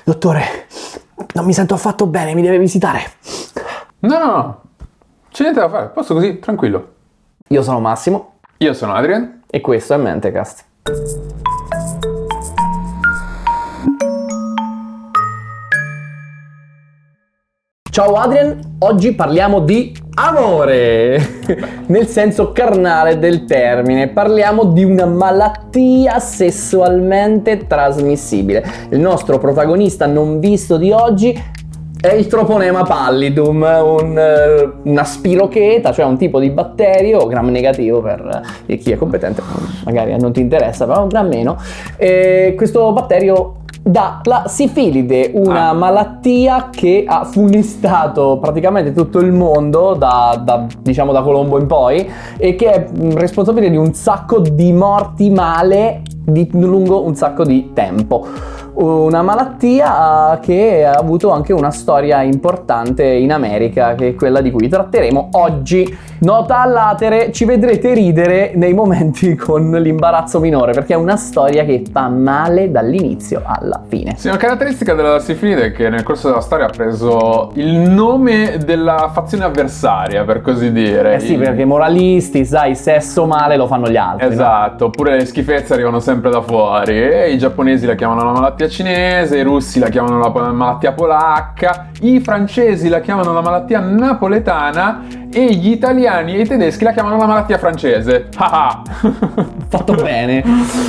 Dottore, non mi sento affatto bene, mi deve visitare. No, c'è niente da fare, posso così, tranquillo. Io sono Massimo. Io sono Adrian. E questo è Mentecast. Ciao Adrian, oggi parliamo di amore, nel senso carnale del termine. Parliamo di una malattia sessualmente trasmissibile. Il nostro protagonista non visto di oggi è il Troponema pallidum, una spirocheta, cioè un tipo di batterio, gram negativo per chi è competente, magari non ti interessa, però un gram meno. Questo batterio dà la sifilide, una malattia che ha funestato praticamente tutto il mondo diciamo da Colombo in poi, e che è responsabile di un sacco di morti male lungo un sacco di tempo. Una malattia che ha avuto anche una storia importante in America, che è quella di cui tratteremo oggi. Nota all'atere, ci vedrete ridere nei momenti con l'imbarazzo minore, perché è una storia che fa male dall'inizio alla fine. Sì, una caratteristica della sifilide è che nel corso della storia ha preso il nome della fazione avversaria, per così dire. Sì, perché moralisti, sai, sesso male lo fanno gli altri. Esatto, oppure le schifezze arrivano sempre da fuori. E i giapponesi la chiamano la malattia cinese, i russi la chiamano la malattia polacca, i francesi la chiamano la malattia napoletana e gli italiani e i tedeschi la chiamano la malattia francese. Fatto bene.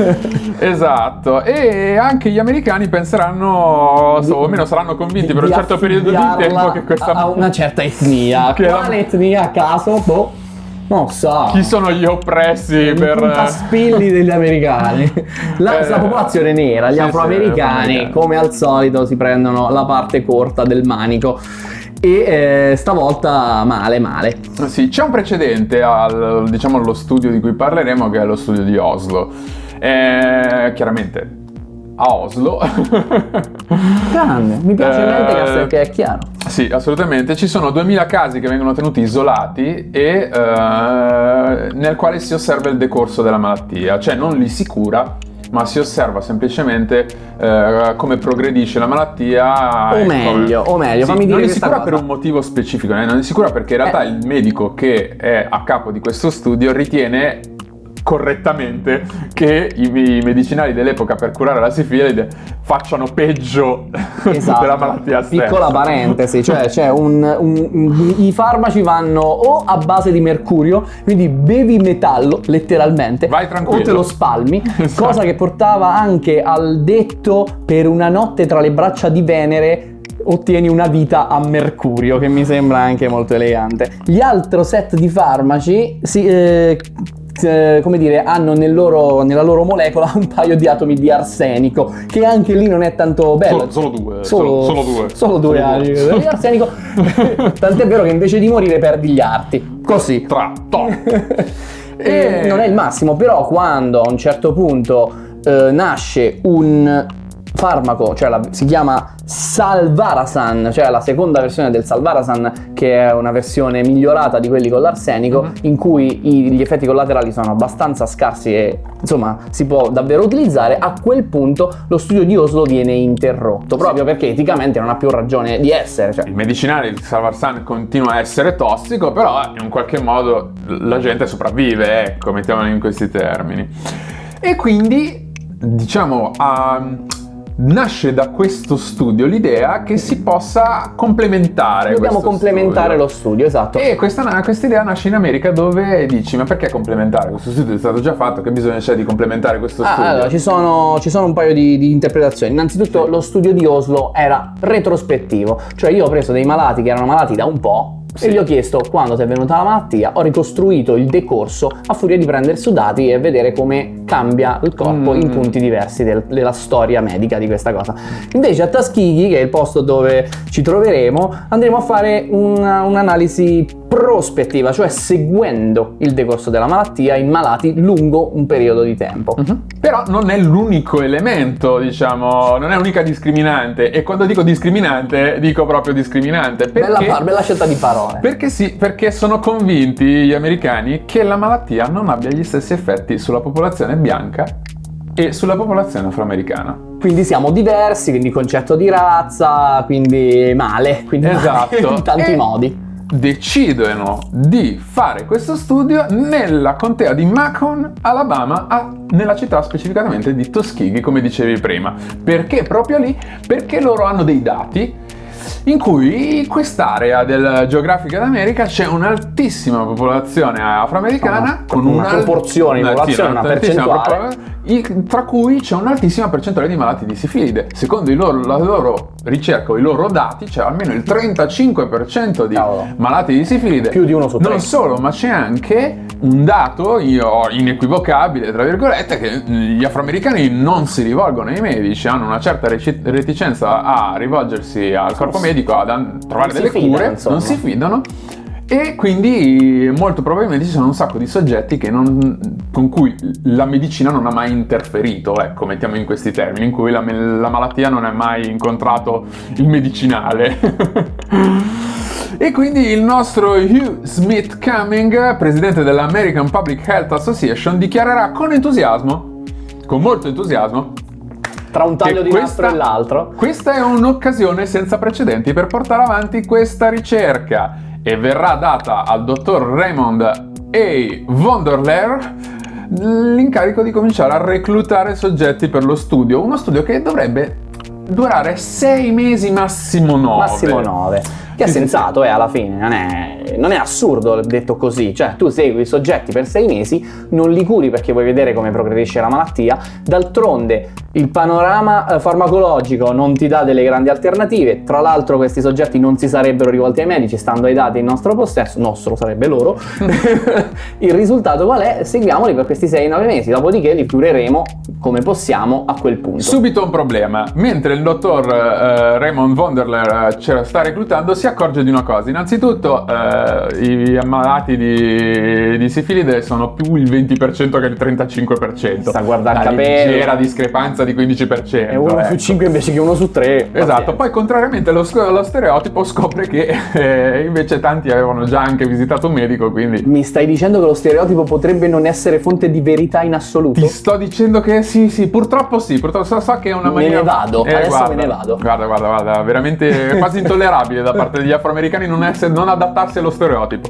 Esatto. E anche gli americani penseranno, o almeno saranno convinti per un certo periodo di tempo che questa a una certa etnia. Quale etnia a caso? Boh. Non so. Chi sono gli oppressi per puntaspilli degli americani? La popolazione nera, gli afroamericani, come al solito, si prendono la parte corta del manico. E stavolta male. Sì, c'è un precedente allo studio di cui parleremo, che è lo studio di Oslo. Chiaramente a Oslo. Grande, mi piace Mentecast perché è chiaro. Sì, assolutamente. Ci sono 2000 casi che vengono tenuti isolati e nel quale si osserva il decorso della malattia, cioè non li si cura, ma si osserva semplicemente come progredisce la malattia. O meglio, sì, fammi dire non li si cura cosa. per un motivo specifico, non li si cura perché in realtà il medico che è a capo di questo studio ritiene correttamente che i medicinali dell'epoca per curare la sifilide facciano peggio della malattia stessa. Piccola parentesi, cioè i farmaci vanno o a base di mercurio, quindi bevi metallo letteralmente, vai tranquillo, o te lo spalmi, esatto. Cosa che portava anche al detto: per una notte tra le braccia di Venere ottieni una vita a mercurio, che mi sembra anche molto elegante. Gli altro set di farmaci come dire, hanno nella loro molecola un paio di atomi di arsenico, che anche lì non è tanto bello. Solo due. Solo due atomi di arsenico. Tant'è vero che invece di morire perdi gli arti. Così. E non è il massimo, però quando a un certo punto nasce un farmaco, cioè si chiama Salvarasan, cioè la seconda versione del Salvarasan, che è una versione migliorata di quelli con l'arsenico, in cui gli effetti collaterali sono abbastanza scarsi e insomma si può davvero utilizzare. A quel punto lo studio di Oslo viene interrotto, proprio perché eticamente non ha più ragione di essere. Cioè, il medicinale, il Salvarsan, continua a essere tossico, però in qualche modo la gente sopravvive, ecco, mettiamolo in questi termini. E quindi, diciamo, nasce da questo studio l'idea che si possa complementare. Dobbiamo complementare lo studio, esatto. E questa idea nasce in America, dove dici: ma perché complementare? Questo studio è stato già fatto, che bisogno c'è di complementare questo studio? Allora, ci sono un paio di interpretazioni. Innanzitutto, lo studio di Oslo era retrospettivo, cioè io ho preso dei malati che erano malati da un po', e gli ho chiesto quando ti è venuta la malattia, ho ricostruito il decorso a furia di prendere su dati e vedere come cambia il corpo in punti diversi della storia medica di questa cosa. Invece a Tuskegee, che è il posto dove ci troveremo, andremo a fare un'analisi prospettiva, cioè seguendo il decorso della malattia in malati lungo un periodo di tempo. Però non è l'unico elemento, diciamo, non è l'unica discriminante, e quando dico discriminante dico proprio discriminante, perché bella scelta di parole. Perché sono convinti gli americani che la malattia non abbia gli stessi effetti sulla popolazione bianca e sulla popolazione afroamericana. Quindi siamo diversi, quindi concetto di razza, quindi male, quindi Esatto. male in tanti modi. Decidono di fare questo studio nella contea di Macon, Alabama, nella città specificatamente di Tuskegee, come dicevi prima. Perché proprio lì? Perché loro hanno dei dati in cui in quest'area geografica d'America c'è un'altissima popolazione afroamericana con una proporzione di popolazione, una percentuale, tra cui c'è un'altissima percentuale di malati di sifilide. Secondo la loro ricerca o i loro dati c'è almeno il 35% di malati di sifilide. Più di uno su tre. Non solo, ma c'è anche un dato inequivocabile, tra virgolette, che gli afroamericani non si rivolgono ai medici, hanno una certa reticenza a rivolgersi al corpo medico, a trovare delle cure, insomma. non si fidano. E quindi molto probabilmente ci sono un sacco di soggetti con cui la medicina non ha mai interferito, ecco, mettiamo in questi termini, in cui la malattia non ha mai incontrato il medicinale. E quindi il nostro Hugh Smith Cumming, presidente dell'American Public Health Association, dichiarerà con molto entusiasmo, tra un taglio di nastro e l'altro, questa è un'occasione senza precedenti per portare avanti questa ricerca, e verrà data al dottor Raymond A. Vonderler l'incarico di cominciare a reclutare soggetti per lo studio, uno studio che dovrebbe durare 6 mesi, massimo 9. Massimo 9. Che è sensato, alla fine, non è assurdo detto così, cioè tu segui i soggetti per 6 mesi, non li curi perché vuoi vedere come progredisce la malattia, d'altronde il panorama farmacologico non ti dà delle grandi alternative, tra l'altro questi soggetti non si sarebbero rivolti ai medici, stando ai dati in nostro possesso, nostro sarebbe loro, il risultato qual è? Seguiamoli per questi 6-9 mesi, dopodiché li cureremo come possiamo a quel punto. Subito un problema, mentre il dottor Raymond Vonderler sta reclutando, si accorge di una cosa. Innanzitutto i ammalati di sifilide sono più il 20% che il 35%. Sta guardando il capello. Leggera discrepanza di 15%. È 1 su 5 invece che 1 su 3. Esatto, poi contrariamente allo stereotipo scopre che invece tanti avevano già anche visitato un medico, quindi... Mi stai dicendo che lo stereotipo potrebbe non essere fonte di verità in assoluto? Ti sto dicendo che sì, purtroppo so che è una maniera... Me ne vado, adesso me ne vado. Guarda, veramente quasi intollerabile da parte degli afroamericani non adattarsi allo stereotipo.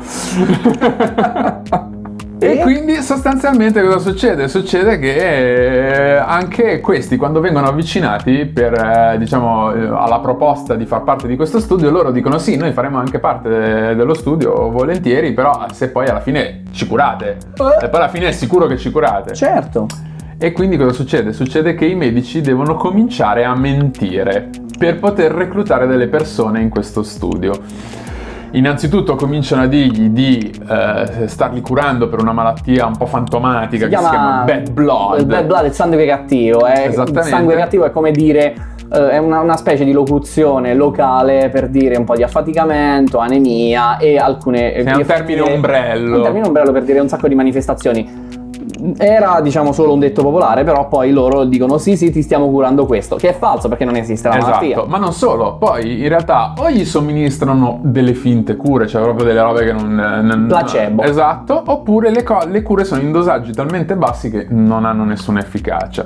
E quindi sostanzialmente cosa succede? Succede che anche questi, quando vengono avvicinati per alla proposta di far parte di questo studio, loro dicono sì, noi faremo anche parte dello studio volentieri, però se poi alla fine ci curate, e poi alla fine è sicuro che ci curate. Certo. E quindi cosa succede? Succede che i medici devono cominciare a mentire per poter reclutare delle persone in questo studio. Innanzitutto cominciano a dirgli di starli curando per una malattia un po' fantomatica che si chiama bad blood. Il bad blood è il sangue cattivo. Esattamente. Il sangue cattivo è come dire, è una specie di locuzione locale per dire un po' di affaticamento, anemia e alcune... È un termine ombrello. Un termine ombrello per dire un sacco di manifestazioni. Era solo un detto popolare, però poi loro dicono sì, ti stiamo curando questo, che è falso perché non esiste la malattia. Esatto, ma non solo, poi in realtà o gli somministrano delle finte cure, cioè proprio delle robe che non placebo. Esatto, oppure le cure sono in dosaggi talmente bassi che non hanno nessuna efficacia.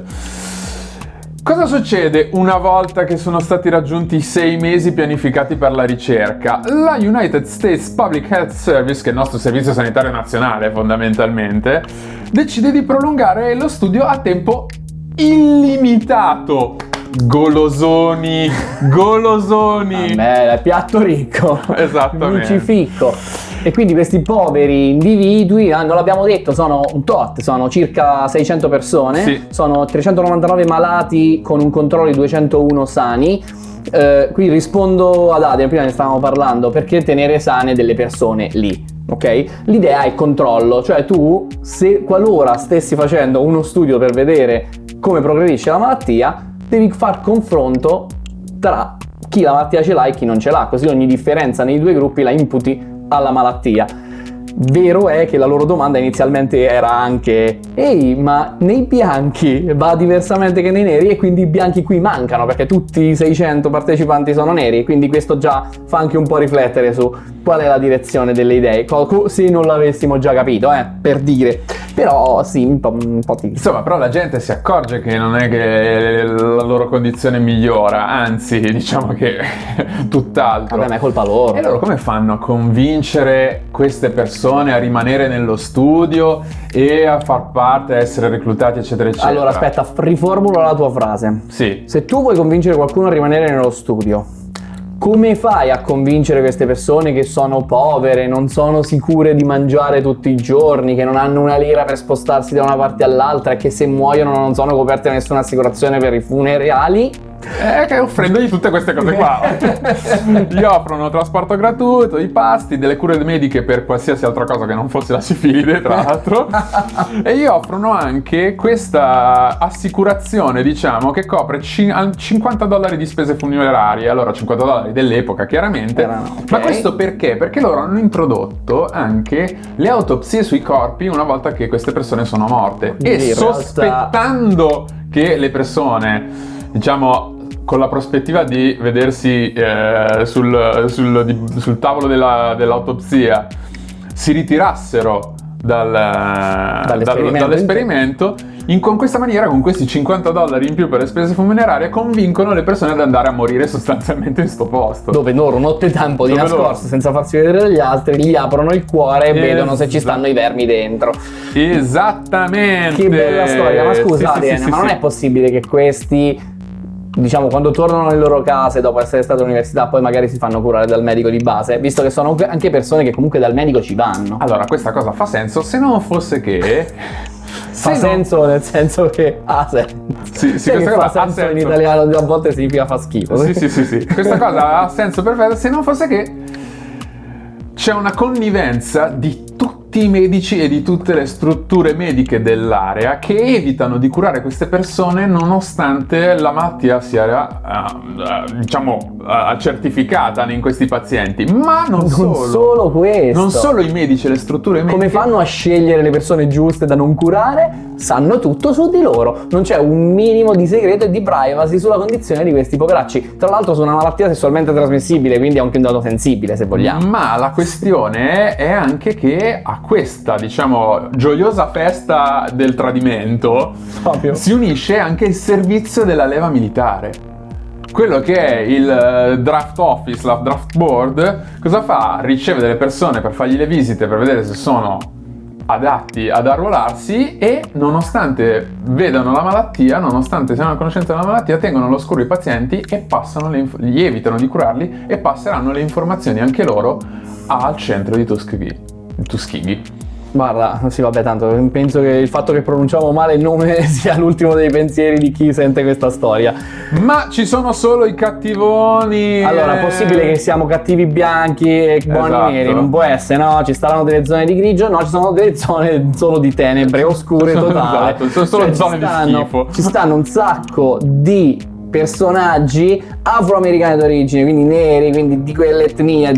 Cosa succede una volta che sono stati raggiunti i 6 mesi pianificati per la ricerca? La United States Public Health Service, che è il nostro servizio sanitario nazionale fondamentalmente, decide di prolungare lo studio a tempo illimitato. Golosoni. Vabbè, piatto ricco. Esattamente. Lucificco. E quindi questi poveri individui, non l'abbiamo detto, sono un tot, sono circa 600 persone, sì. Sono 399 malati con un controllo di 201 sani. Qui rispondo ad Adrian, prima ne stavamo parlando, perché tenere sane delle persone lì, ok? L'idea è il controllo, cioè tu, se qualora stessi facendo uno studio per vedere come progredisce la malattia, devi far confronto tra chi la malattia ce l'ha e chi non ce l'ha, così ogni differenza nei due gruppi la imputi alla malattia. Vero è che la loro domanda inizialmente era anche: ehi, ma nei bianchi va diversamente che nei neri e quindi i bianchi qui mancano perché tutti i 600 partecipanti sono neri, quindi questo già fa anche un po' riflettere su qual è la direzione delle idee, se non l'avessimo già capito, per dire. Però sì, un po' ti... Insomma, però la gente si accorge che non è che la loro condizione migliora, anzi, diciamo che tutt'altro. Vabbè, ma è colpa loro. E loro come fanno a convincere queste persone a rimanere nello studio e a far parte, a essere reclutati, eccetera, eccetera? Allora, aspetta, riformulo la tua frase. Sì. Se tu vuoi convincere qualcuno a rimanere nello studio, come fai a convincere queste persone che sono povere, non sono sicure di mangiare tutti i giorni, che non hanno una lira per spostarsi da una parte all'altra e che se muoiono non sono coperte da nessuna assicurazione per i funerali? Che offrendogli tutte queste cose qua. Gli offrono trasporto gratuito, i pasti, delle cure mediche per qualsiasi altra cosa che non fosse la sifilide, tra l'altro. E gli offrono anche questa assicurazione, diciamo, che copre $50 di spese funerarie. Allora, $50 dell'epoca, chiaramente. Okay. Ma questo perché? Perché loro hanno introdotto anche le autopsie sui corpi una volta che queste persone sono morte. Quindi e in sospettando che le persone, diciamo, con la prospettiva di vedersi sul tavolo dell'autopsia, si ritirassero dall'esperimento, con questa maniera, con questi $50 in più per le spese funerarie, convincono le persone ad andare a morire sostanzialmente in sto posto. Dove loro nottetempo di nascosto, senza farsi vedere dagli altri, gli aprono il cuore e vedono se ci stanno i vermi dentro. Esattamente! Che bella storia, ma scusa, sì, Adriana, ma non è possibile che questi, diciamo, quando tornano alle loro case dopo essere stati all'università, poi magari si fanno curare dal medico di base, visto che sono anche persone che comunque dal medico ci vanno? Allora, questa cosa fa senso se non fosse che... Fa senso nel senso che ha senso. Sì, questa cosa fa ha senso senso in italiano a volte significa fa schifo. Sì. Questa cosa ha senso perfetto se non fosse che c'è una connivenza di tutti i medici e di tutte le strutture mediche dell'area che evitano di curare queste persone nonostante la malattia sia certificata in questi pazienti. Ma non solo questo. Non solo i medici e le strutture mediche. Come fanno a scegliere le persone giuste da non curare? Sanno tutto su di loro. Non c'è un minimo di segreto e di privacy sulla condizione di questi poveracci. Tra l'altro su una malattia sessualmente trasmissibile, quindi è anche un dato sensibile, se vogliamo. Ma la questione è anche che a questa, diciamo, gioiosa festa del tradimento si unisce anche il servizio della leva militare. Quello che è il draft office, la draft board, cosa fa? Riceve delle persone per fargli le visite, per vedere se sono adatti ad arruolarsi e nonostante vedano la malattia, nonostante siano a conoscenza della malattia, tengono all'oscuro i pazienti e gli evitano di curarli e passeranno le informazioni anche loro al centro di Tuskegee. Guarda, sì, vabbè, tanto penso che il fatto che pronunciamo male il nome sia l'ultimo dei pensieri di chi sente questa storia. Ma ci sono solo i cattivoni. Allora, è possibile che siamo cattivi bianchi e buoni neri? Non può essere, no? Ci saranno delle zone di grigio? No, ci sono delle zone solo di tenebre, oscure totali. Esatto, sono solo zone di schifo. Ci stanno un sacco di personaggi afroamericani d'origine, quindi neri, quindi di quell'etnia,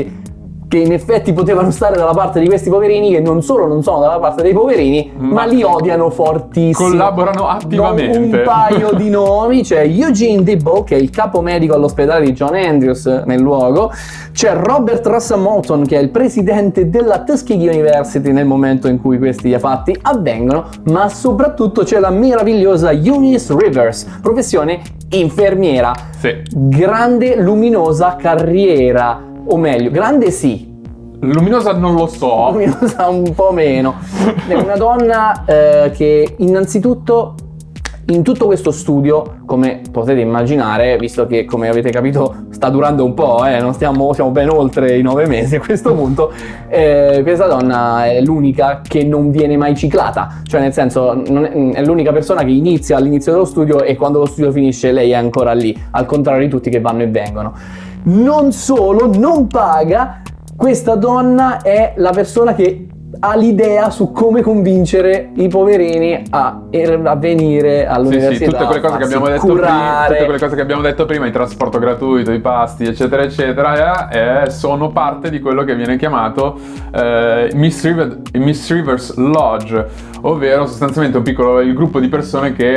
che in effetti potevano stare dalla parte di questi poverini, che non solo non sono dalla parte dei poverini, ma li odiano fortissimo. Collaborano attivamente. Un paio di nomi: c'è Eugene Dibble, che è il capo medico all'ospedale di John Andrews nel luogo, c'è Robert Russell Moulton, che è il presidente della Tuskegee University nel momento in cui questi fatti avvengono, ma soprattutto c'è la meravigliosa Eunice Rivers, professione infermiera. Sì. Grande, luminosa carriera. O meglio, grande sì. Luminosa non lo so. Luminosa un po' meno. È una donna che innanzitutto in tutto questo studio, come potete immaginare, visto che come avete capito sta durando un po', siamo ben oltre i 9 mesi a questo punto, questa donna è l'unica che non viene mai ciclata, cioè nel senso è l'unica persona che inizia all'inizio dello studio e quando lo studio finisce lei è ancora lì, al contrario di tutti che vanno e vengono. Non solo, non paga, questa donna è la persona che ha l'idea su come convincere i poverini a venire all'università. Sì, tutte quelle cose che abbiamo detto prima, tutte quelle cose che abbiamo detto prima, il trasporto gratuito, i pasti, eccetera, eccetera, sono parte di quello che viene chiamato Miss Rivers Lodge, ovvero sostanzialmente il gruppo di persone che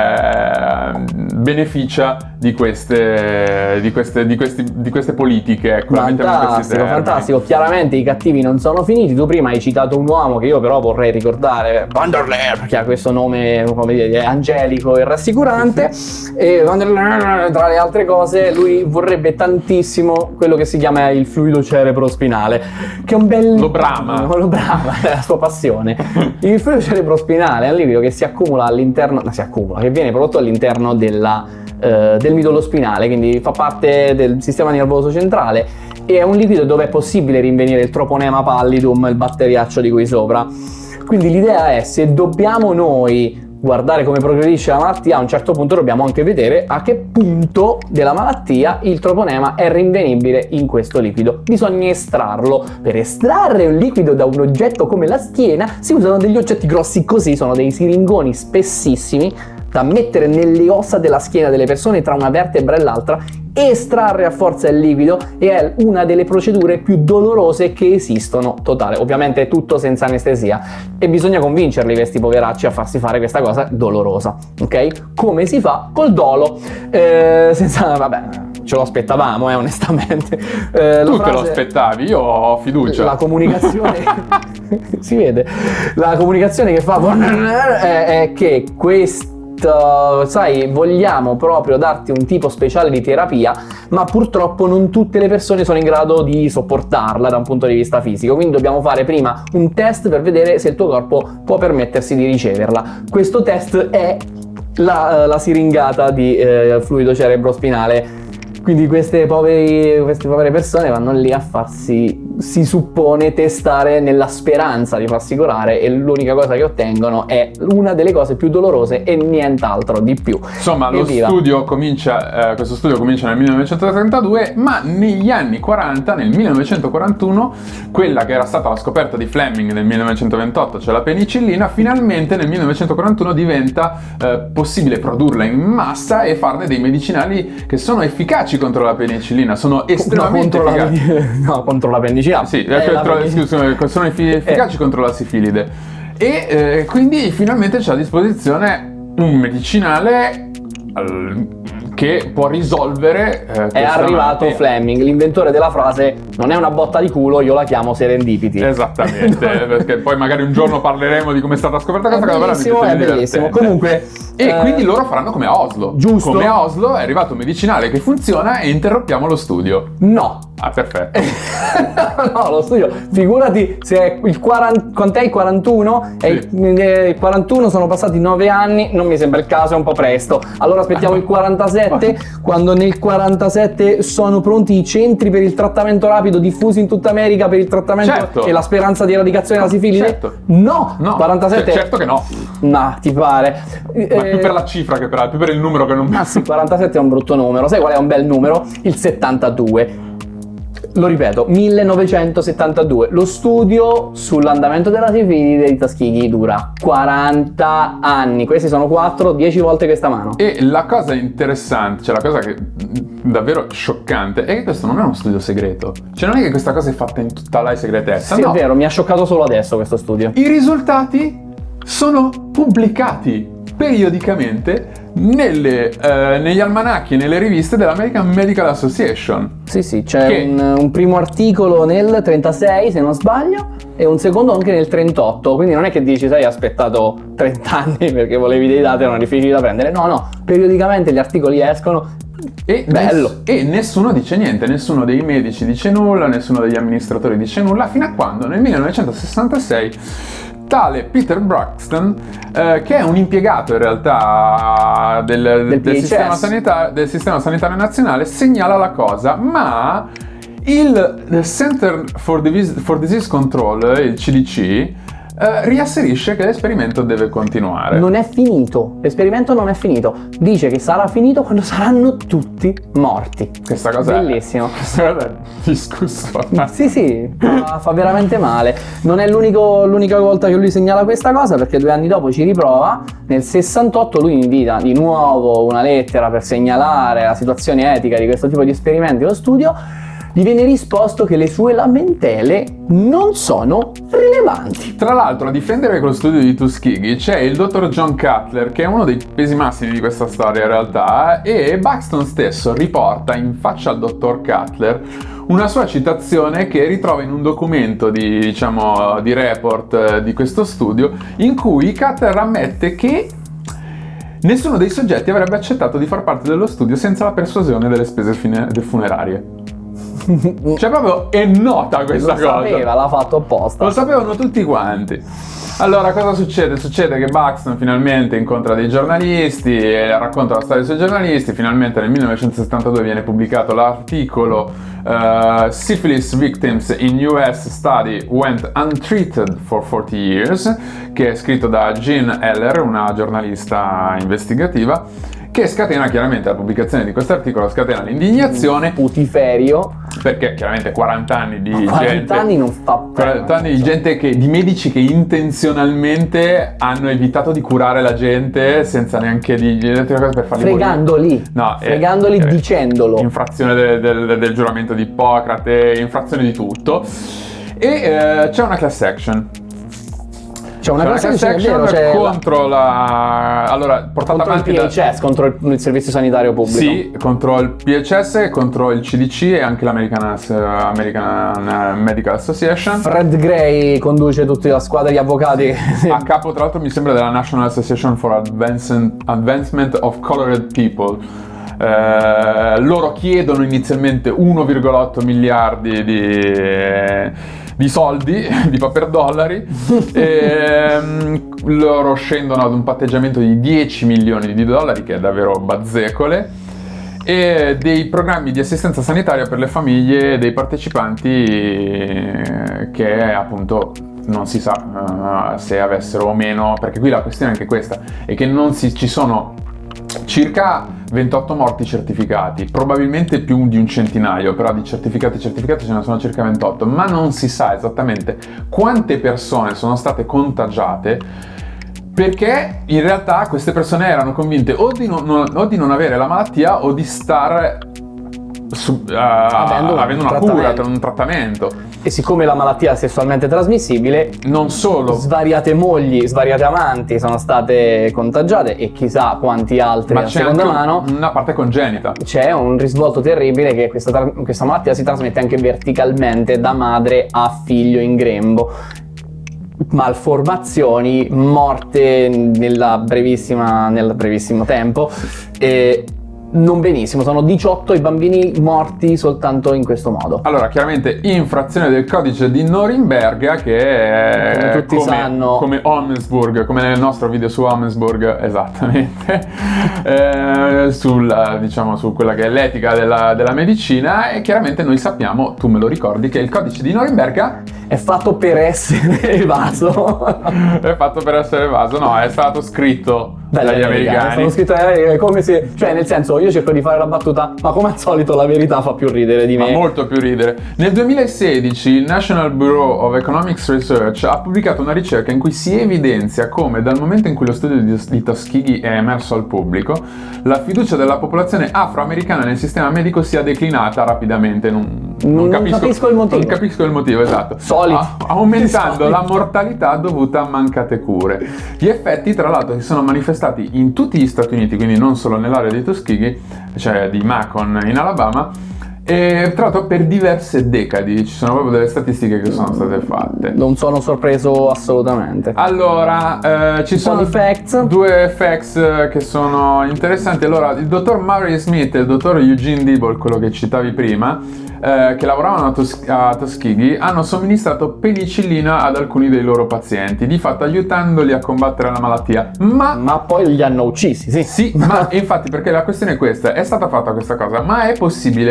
beneficia di queste politiche. Ecco, Fantastico. Chiaramente i cattivi non sono finiti. Tu prima hai citato un uomo che io però vorrei ricordare, Van der Leer, che ha questo nome, come dire, angelico e rassicurante. E Van der Leer, tra le altre cose, lui vorrebbe tantissimo quello che si chiama il fluido cerebrospinale, che è un bel... Lo brama, è la sua passione. Il fluido cerebrospinale è un liquido che si accumula all'interno, che viene prodotto all'interno del midollo spinale, quindi fa parte del sistema nervoso centrale, e è un liquido dove è possibile rinvenire il troponema pallidum, il batteriaccio di qui sopra. Quindi l'idea è, se dobbiamo noi guardare come progredisce la malattia, a un certo punto dobbiamo anche vedere a che punto della malattia il troponema è rinvenibile in questo liquido. Bisogna estrarlo. Per estrarre un liquido da un oggetto come la schiena si usano degli oggetti grossi così, sono dei siringoni spessissimi da mettere nelle ossa della schiena delle persone, tra una vertebra e l'altra, estrarre a forza il liquido, e è una delle procedure più dolorose che esistono, totale. Ovviamente è tutto senza anestesia e bisogna convincerli, questi poveracci, a farsi fare questa cosa dolorosa, ok? Come si fa? Col dolo. Vabbè, ce lo aspettavamo, onestamente. Tu te lo aspettavi, io ho fiducia. La comunicazione si vede. La comunicazione che fa è che sai, vogliamo proprio darti un tipo speciale di terapia, ma purtroppo non tutte le persone sono in grado di sopportarla da un punto di vista fisico, quindi dobbiamo fare prima un test per vedere se il tuo corpo può permettersi di riceverla. Questo test è la siringata di fluido cerebrospinale. Quindi queste povere persone vanno lì a farsi, si suppone, testare nella speranza di farsi curare, e l'unica cosa che ottengono è una delle cose più dolorose e nient'altro di più. Insomma, questo studio comincia nel 1932, ma negli anni 40, nel 1941, quella che era stata la scoperta di Fleming nel 1928, cioè la penicillina, finalmente nel 1941 diventa possibile produrla in massa e farne dei medicinali che sono efficaci contro la penicillina, sono estremamente efficaci. Contro la penicillina. Sì, sono efficaci contro la sifilide. E quindi finalmente c'è a disposizione un medicinale che può risolvere è arrivato malattia. Fleming, l'inventore della frase "non è una botta di culo, io la chiamo serendipity". Esattamente. Perché poi magari un giorno parleremo di come è stata scoperta questa cosa. È bellissimo. Comunque, e quindi loro faranno come a Oslo. Giusto. Come a Oslo è arrivato un medicinale che funziona e interrompiamo lo studio. No. Ah, perfetto. No, lo studio, figurati se è il 40, quant'è il 41? Sì. Il 41 sono passati 9 anni, non mi sembra il caso, è un po' presto. Allora aspettiamo il 47, quando nel 47 sono pronti i centri per il trattamento rapido diffusi in tutta America per il trattamento e la speranza di eradicazione della sifilide? Certo. No, 47. Certo che no. No, ti pare. Ma più per la cifra che più per il numero che non... Ah sì, 47 è un brutto numero. Sai qual è un bel numero? Il 72. Lo ripeto, 1972. Lo studio sull'andamento della sifilide di Tuskegee dura 40 anni. Questi sono 10 volte questa mano. E la cosa interessante, cioè la cosa che davvero scioccante, è che questo non è uno studio segreto. Cioè non è che questa cosa è fatta in tutta la segretezza. Sì, no. È vero, mi ha scioccato solo adesso questo studio. I risultati sono pubblicati periodicamente negli almanacchi e nelle riviste dell'American Medical Association. Sì, c'è un primo articolo nel 36, se non sbaglio, e un secondo anche nel 38, quindi non è che dici, sai, aspettato 30 anni perché volevi dei dati, erano difficili da prendere. No, periodicamente gli articoli escono. E bello. E nessuno dice niente, nessuno dei medici dice nulla, nessuno degli amministratori dice nulla, fino a quando nel 1966 tale Peter Braxton, che è un impiegato in realtà del sistema sanitario nazionale, segnala la cosa, ma il Center for Disease Control, il CDC, riasserisce che l'esperimento deve continuare. Non è finito, l'esperimento non è finito. Dice che sarà finito quando saranno tutti morti. Questa cosa bellissimo. Questa cosa è discussione. Sì, fa veramente male. Non è l'unica volta che lui segnala questa cosa, perché 2 anni dopo ci riprova. Nel 68 lui invita di nuovo una lettera per segnalare la situazione etica di questo tipo di esperimenti allo studio. Gli viene risposto che le sue lamentele non sono rilevanti. Tra l'altro, a difendere quello studio di Tuskegee c'è il dottor John Cutler, che è uno dei pesi massimi di questa storia in realtà, e Buxton stesso riporta in faccia al dottor Cutler una sua citazione che ritrova in un documento di report di questo studio, in cui Cutler ammette che nessuno dei soggetti avrebbe accettato di far parte dello studio senza la persuasione delle spese funerarie. Cioè proprio è nota questa cosa. Lo sapeva, l'ha fatto apposta. Lo sapevano tutti quanti. Allora cosa succede? Succede che Buxton finalmente incontra dei giornalisti e racconta la storia dei suoi giornalisti. Finalmente nel 1972 viene pubblicato l'articolo Syphilis Victims in US Study Went Untreated for 40 Years, che è scritto da Jean Heller, una giornalista investigativa, che scatena chiaramente la pubblicazione di questo articolo, scatena l'indignazione. Putiferio. Perché chiaramente 40 anni di 40 gente... anni non fa 40 anni di gente di medici che intenzionalmente hanno evitato di curare la gente senza neanche di per farli fregandoli. No, fregandoli dicendolo. Infrazione del giuramento di Ippocrate, infrazione di tutto. E c'è una class action. C'è una class action contro portata contro avanti il PHS, contro il servizio sanitario pubblico. Sì, contro il PHS, contro il CDC e anche l'American Medical Association. Fred Gray conduce tutta la squadra di avvocati. A capo, tra l'altro, mi sembra della National Association for Advancement of Colored People. Loro chiedono inizialmente 1,8 miliardi di soldi, di paper dollari, loro scendono ad un patteggiamento di 10 milioni di dollari, che è davvero bazzecole, e dei programmi di assistenza sanitaria per le famiglie dei partecipanti che appunto non si sa se avessero o meno, perché qui la questione è anche questa, è che ci sono circa 28 morti certificati, probabilmente più di un centinaio, però di certificati ce ne sono circa 28, ma non si sa esattamente quante persone sono state contagiate, perché in realtà queste persone erano convinte o di non avere la malattia o di stare avendo una cura, un trattamento. E siccome la malattia è sessualmente trasmissibile, non solo, svariate mogli, svariate amanti sono state contagiate e chissà quanti altri a seconda mano. Una parte congenita. C'è un risvolto terribile, che questa malattia si trasmette anche verticalmente da madre a figlio in grembo. Malformazioni, morte nel brevissimo tempo. E non benissimo, sono 18 i bambini morti soltanto in questo modo. Allora, chiaramente infrazione del codice di Norimberga, che è come tutti sanno, come Owensburg, come nel nostro video su Owensburg, esattamente, su quella che è l'etica della medicina. E chiaramente noi sappiamo, tu me lo ricordi, che il codice di Norimberga è fatto per essere evaso. È fatto per essere evaso, no, è stato scritto dagli americani. È stato scritto dagli americani, come se, cioè nel senso, io cerco di fare la battuta, ma come al solito la verità fa più ridere di me. Ma molto più ridere. Nel 2016 il National Bureau of Economics Research ha pubblicato una ricerca in cui si evidenzia come dal momento in cui lo studio di Tuskegee è emerso al pubblico, la fiducia della popolazione afroamericana nel sistema medico sia declinata rapidamente. Non capisco il motivo. Non capisco il motivo, esatto. Aumentando la mortalità dovuta a mancate cure. Gli effetti, tra l'altro, si sono manifestati in tutti gli Stati Uniti, quindi non solo nell'area di Tuskegee, cioè di Macon in Alabama, e tra l'altro per diverse decadi. Ci sono proprio delle statistiche che sono state fatte. Non sono sorpreso assolutamente. Allora, ci sono due facts che sono interessanti. Allora, il dottor Murray Smith e il dottor Eugene Dibble, quello che citavi prima, che lavoravano a Tuskegee, hanno somministrato penicillina ad alcuni dei loro pazienti, di fatto aiutandoli a combattere la malattia. Ma poi li hanno uccisi, sì. Sì, ma infatti, perché la questione è questa: è stata fatta questa cosa, ma è possibile che lo abbia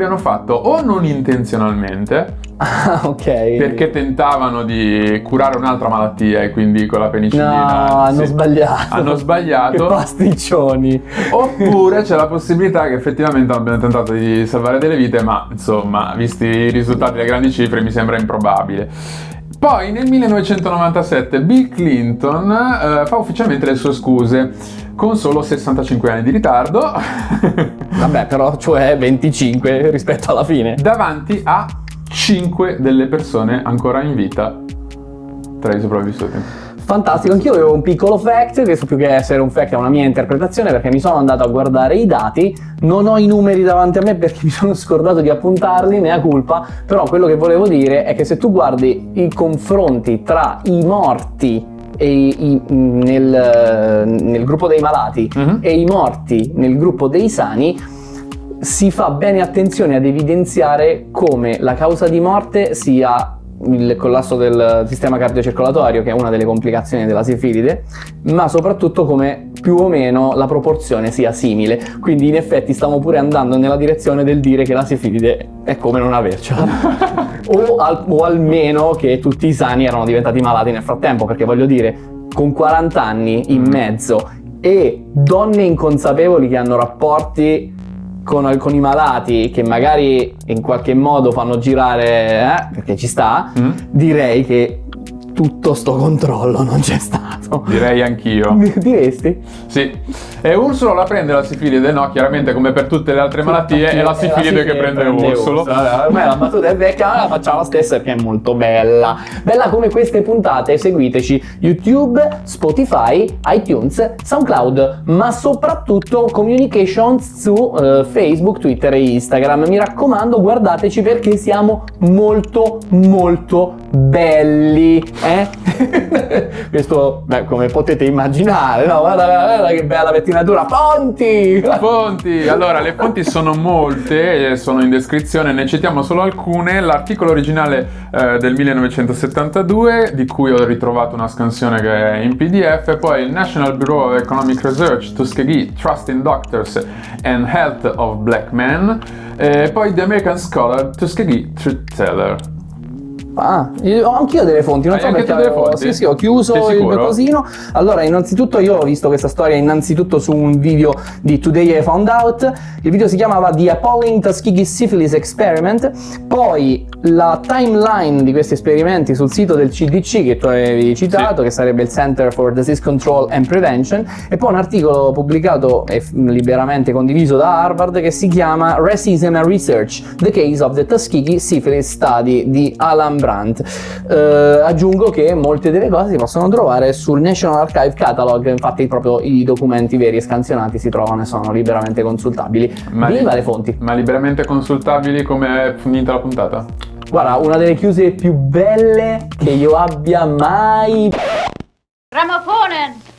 l'abbiano fatto o non intenzionalmente, Ah, ok. perché tentavano di curare un'altra malattia e quindi con la penicillina No, hanno sbagliato. hanno sbagliato. Che pasticcioni. Oppure c'è la possibilità che effettivamente abbiano tentato di salvare delle vite, ma insomma, visti i risultati delle grandi cifre, mi sembra improbabile. Poi nel 1997 Bill Clinton fa ufficialmente le sue scuse con solo 65 anni di ritardo Vabbè, però, cioè 25 rispetto alla fine. davanti a 5 delle persone ancora in vita tra i sopravvissuti. Fantastico, anch'io avevo un piccolo fact, che so più che essere un fact è una mia interpretazione, perché mi sono andato a guardare i dati, non ho i numeri davanti a me perché mi sono scordato di appuntarli, mea culpa, però quello che volevo dire è che se tu guardi i confronti tra i morti nel gruppo dei malati e i morti nel gruppo dei sani, si fa bene attenzione ad evidenziare come la causa di morte sia il collasso del sistema cardiocircolatorio, che è una delle complicazioni della sifilide, ma soprattutto come più o meno la proporzione sia simile. Quindi in effetti stiamo pure andando nella direzione del dire che la sifilide è come non avercela o almeno che tutti i sani erano diventati malati nel frattempo, perché voglio dire, con 40 anni in mezzo e donne inconsapevoli che hanno rapporti con i malati che magari in qualche modo fanno girare, perché ci sta, direi che tutto sto controllo non c'è stato. Direi anch'io. Diresti? Sì. E Ursula la prende la sifilide? No, chiaramente come per tutte le altre malattie è la sifilide che prende Ursula. Ormai la battuta è vecchia, ma la facciamo la stessa perché è molto bella. Bella come queste puntate, seguiteci YouTube, Spotify, iTunes, SoundCloud, ma soprattutto communications su Facebook, Twitter e Instagram. Mi raccomando, guardateci perché siamo molto molto belli, Questo, come potete immaginare, no? Guarda che bella pettinatura. Fonti! Allora, le fonti sono molte, sono in descrizione, ne citiamo solo alcune. L'articolo originale del 1972, di cui ho ritrovato una scansione che è in PDF, poi il National Bureau of Economic Research, Tuskegee, Trust in Doctors and Health of Black Men, poi The American Scholar, Tuskegee, Truth Teller. Io ho anch'io delle fonti, non so Hai anche perché tu delle fonti? Sì, ho chiuso Sei il sicuro? cosino. Allora, innanzitutto io ho visto questa storia innanzitutto su un video di Today I Found Out. Il video si chiamava The Appalling Tuskegee Syphilis Experiment. Poi la timeline di questi esperimenti sul sito del CDC che tu avevi citato, che sarebbe il Center for Disease Control and Prevention, e poi un articolo pubblicato e liberamente condiviso da Harvard che si chiama Racism and Research: The Case of the Tuskegee Syphilis Study di Alan Brandt. Aggiungo che molte delle cose si possono trovare sul National Archive Catalog, infatti proprio i documenti veri e scansionati si trovano e sono liberamente consultabili. Viva le fonti! Ma liberamente consultabili come è finita la puntata? Guarda, una delle chiuse più belle che io abbia mai... Grammofonen!